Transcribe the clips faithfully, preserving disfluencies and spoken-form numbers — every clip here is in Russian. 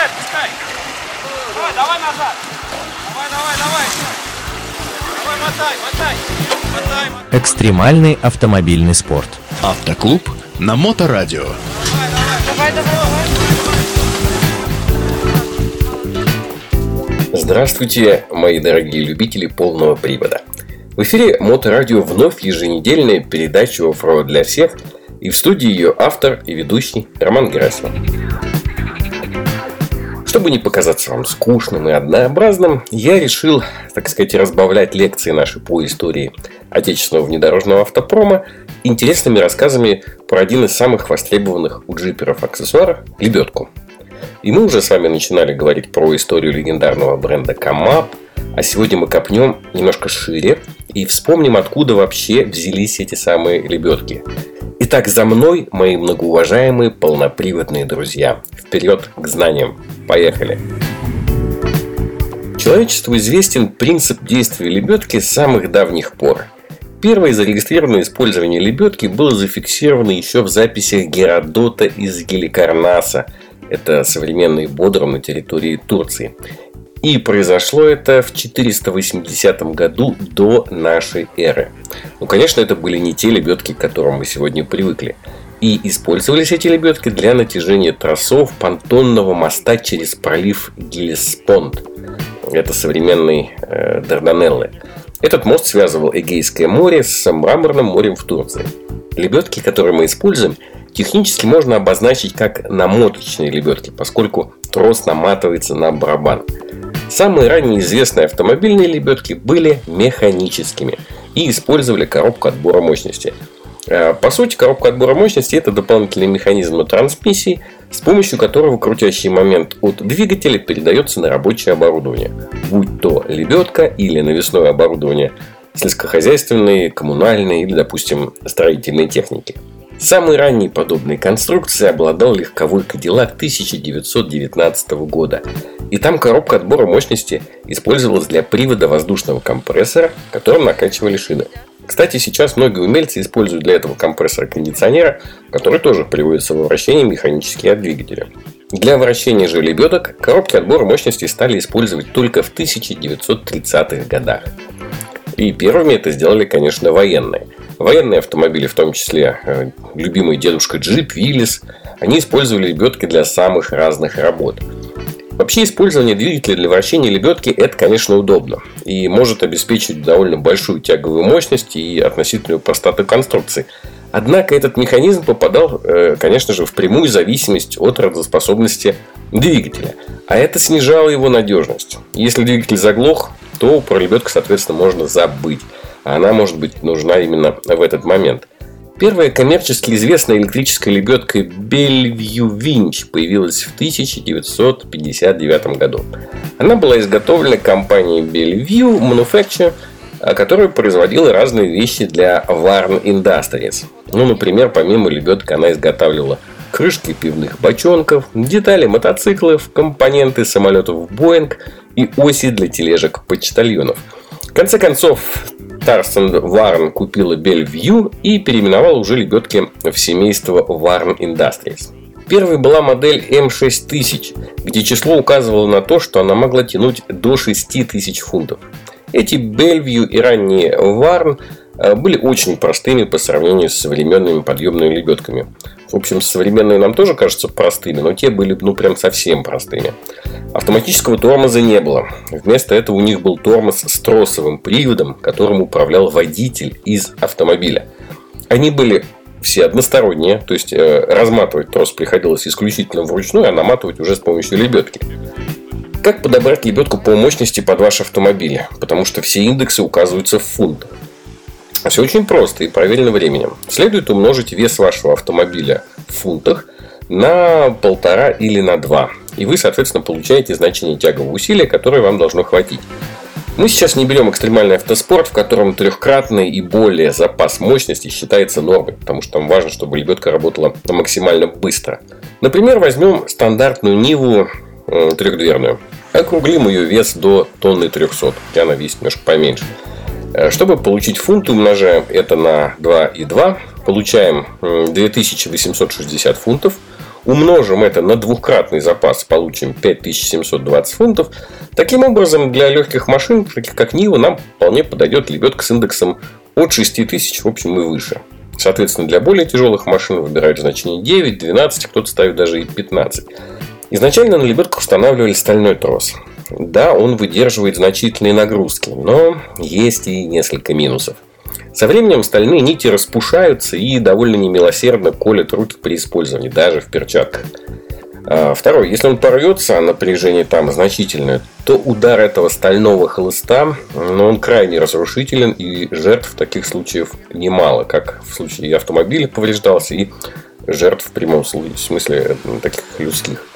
отпускай. Давай, давай назад. Давай, давай, давай. Давай, мотай, мотай. Мотай, мотай. Экстремальный автомобильный спорт. Автоклуб на Моторадио. Давай, давай, давай, давай. Здравствуйте, мои дорогие любители полного привода. В эфире Моторадио вновь еженедельная передача «Оффроуд для всех», и в студии ее автор и ведущий Роман Герасимов. Чтобы не показаться вам скучным и однообразным, я решил, так сказать, разбавлять лекции наши по истории отечественного внедорожного автопрома интересными рассказами про один из самых востребованных у джиперов аксессуаров – лебедку. И мы уже с вами начинали говорить про историю легендарного бренда Камап, а сегодня мы копнем немножко шире и вспомним, откуда вообще взялись эти самые лебедки. Итак, за мной, мои многоуважаемые полноприводные друзья. Вперед к знаниям. Поехали. Человечеству известен принцип действия лебедки с самых давних пор. Первое зарегистрированное использование лебедки было зафиксировано еще в записях Геродота из Геликарнаса. Это современный Бодрум на территории Турции. И произошло это в четыреста восьмидесятом году до нашей эры. Ну, конечно, это были не те лебедки, к которым мы сегодня привыкли. И использовались эти лебедки для натяжения тросов понтонного моста через пролив Геллеспонд. Это современный э, Дарданеллы. Этот мост связывал Эгейское море с Мраморным морем в Турции. Лебедки, которые мы используем, технически можно обозначить как намоточные лебедки, поскольку трос наматывается на барабан. Самые ранние известные автомобильные лебедки были механическими и использовали коробку отбора мощности. По сути, коробка отбора мощности – это дополнительный механизм на трансмиссии, с помощью которого крутящий момент от двигателя передается на рабочее оборудование, будь то лебедка или навесное оборудование сельскохозяйственной, коммунальной или, допустим, строительной техники. Самой ранней подобной конструкцией обладал легковой Кадиллак тысяча девятьсот девятнадцатого года. И там коробка отбора мощности использовалась для привода воздушного компрессора, которым накачивали шины. Кстати, сейчас многие умельцы используют для этого компрессора кондиционера, который тоже приводится во вращение механически от двигателя. Для вращения же лебедок коробки отбора мощности стали использовать только в тысяча девятьсот тридцатых годах. И первыми это сделали, конечно, военные. Военные автомобили, в том числе э, любимый дедушка Джип, Виллис, они использовали лебедки для самых разных работ. Вообще, использование двигателя для вращения лебедки – это, конечно, удобно и может обеспечить довольно большую тяговую мощность и относительную простоту конструкции. Однако этот механизм попадал, э, конечно же, в прямую зависимость от работоспособности двигателя, а это снижало его надежность. Если двигатель заглох, то про лебедку, соответственно, можно забыть. А она может быть нужна именно в этот момент. Первая коммерчески известная электрическая лебедка Bellevue Winch появилась в тысяча девятьсот пятьдесят девятом году. Она была изготовлена компанией Bellevue Manufacture, которая производила разные вещи для Warn Industries. Ну, например, помимо лебедок она изготавливала крышки пивных бочонков, детали мотоциклов, компоненты самолетов Boeing и оси для тележек-почтальонов. В конце концов, Тарсон Warn купила Bellevue и переименовала уже лебедки в семейство Warn Industries. Первой была модель эм шесть тысяч, где число указывало на то, что она могла тянуть до шесть тысяч фунтов. Эти Bellevue и ранние Warn были очень простыми по сравнению с современными подъемными лебедками. В общем, современные нам тоже кажутся простыми, но те были ну прям совсем простыми. Автоматического тормоза не было. Вместо этого у них был тормоз с тросовым приводом, которым управлял водитель из автомобиля. Они были все односторонние, то есть э, разматывать трос приходилось исключительно вручную, а наматывать уже с помощью лебедки. Как подобрать лебедку по мощности под ваш автомобиль? Потому что все индексы указываются в фунтах. Все очень просто и проверено временем. Следует умножить вес вашего автомобиля в фунтах на полтора или на два. И вы, соответственно, получаете значение тягового усилия, которое вам должно хватить. Мы сейчас не берем экстремальный автоспорт, в котором трехкратный и более запас мощности считается нормой, потому что там важно, чтобы лебедка работала максимально быстро. Например, возьмем стандартную Ниву э, трехдверную. Округлим ее вес до тонны трехсот, хотя она весит немножко поменьше. Чтобы получить фунты, умножаем это на два и два. Получаем две тысячи восемьсот шестьдесят фунтов. Умножим это на двухкратный запас, получим пять тысяч семьсот двадцать фунтов. Таким образом, для легких машин, таких как Нива, нам вполне подойдет лебедка с индексом от шести тысяч, в общем, и выше. Соответственно, для более тяжелых машин выбирают значение девять, двенадцать, кто-то ставит даже и пятнадцать. Изначально на лебедках устанавливали стальной трос. Да, он выдерживает значительные нагрузки, но есть и несколько минусов. Со временем стальные нити распушаются и довольно немилосердно колят руки при использовании, даже в перчатках. Второе. Если он порвется, а напряжение там значительное, то удар этого стального хлыста, ну, он крайне разрушителен, и жертв в таких случаях немало, как в случае и автомобиля повреждался, и жертв в прямом смысле таких людских.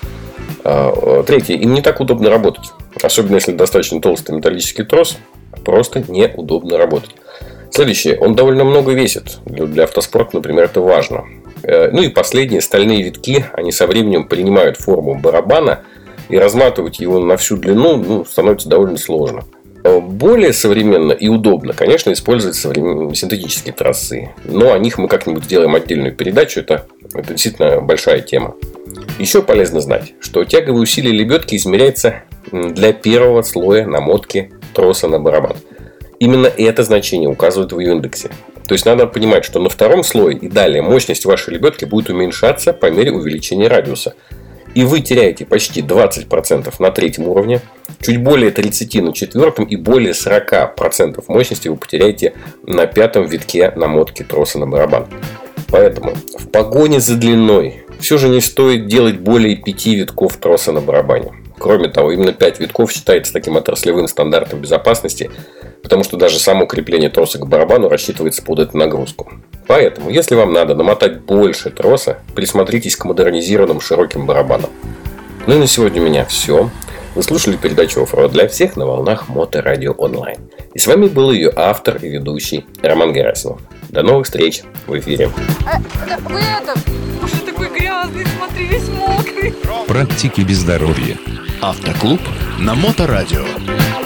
Третье. Им не так удобно работать. Особенно если достаточно толстый металлический трос, просто неудобно работать. Следующее. Он довольно много весит. Для автоспорта, например, это важно. Ну и последнее. Стальные витки, они со временем принимают форму барабана, и разматывать его на всю длину ну, становится довольно сложно. Более современно и удобно, конечно, использовать современные синтетические троссы. Но о них мы как-нибудь сделаем отдельную передачу. Это, это действительно большая тема. Еще полезно знать, что тяговые усилия лебедки измеряется для первого слоя намотки троса на барабан. Именно это значение указывает в ее индексе. То есть надо понимать, что на втором слое и далее мощность вашей лебедки будет уменьшаться по мере увеличения радиуса. И вы теряете почти двадцать процентов на третьем уровне, чуть более тридцать процентов на четвертом и более сорок процентов мощности вы потеряете на пятом витке намотки троса на барабан. Поэтому в погоне за длиной все же не стоит делать более пяти витков троса на барабане. Кроме того, именно пять витков считается таким отраслевым стандартом безопасности, потому что даже само крепление троса к барабану рассчитывается под эту нагрузку. Поэтому, если вам надо намотать больше троса, присмотритесь к модернизированным широким барабанам. Ну и на сегодня у меня все. Вы слушали передачу «Оффроуд для всех» на волнах Моторадио Онлайн. И с вами был ее автор и ведущий Роман Герасимов. До новых встреч в эфире. А, вы это... Уже такой грязный, смотри, весь мокрый. Практики без здоровья. Автоклуб на Моторадио.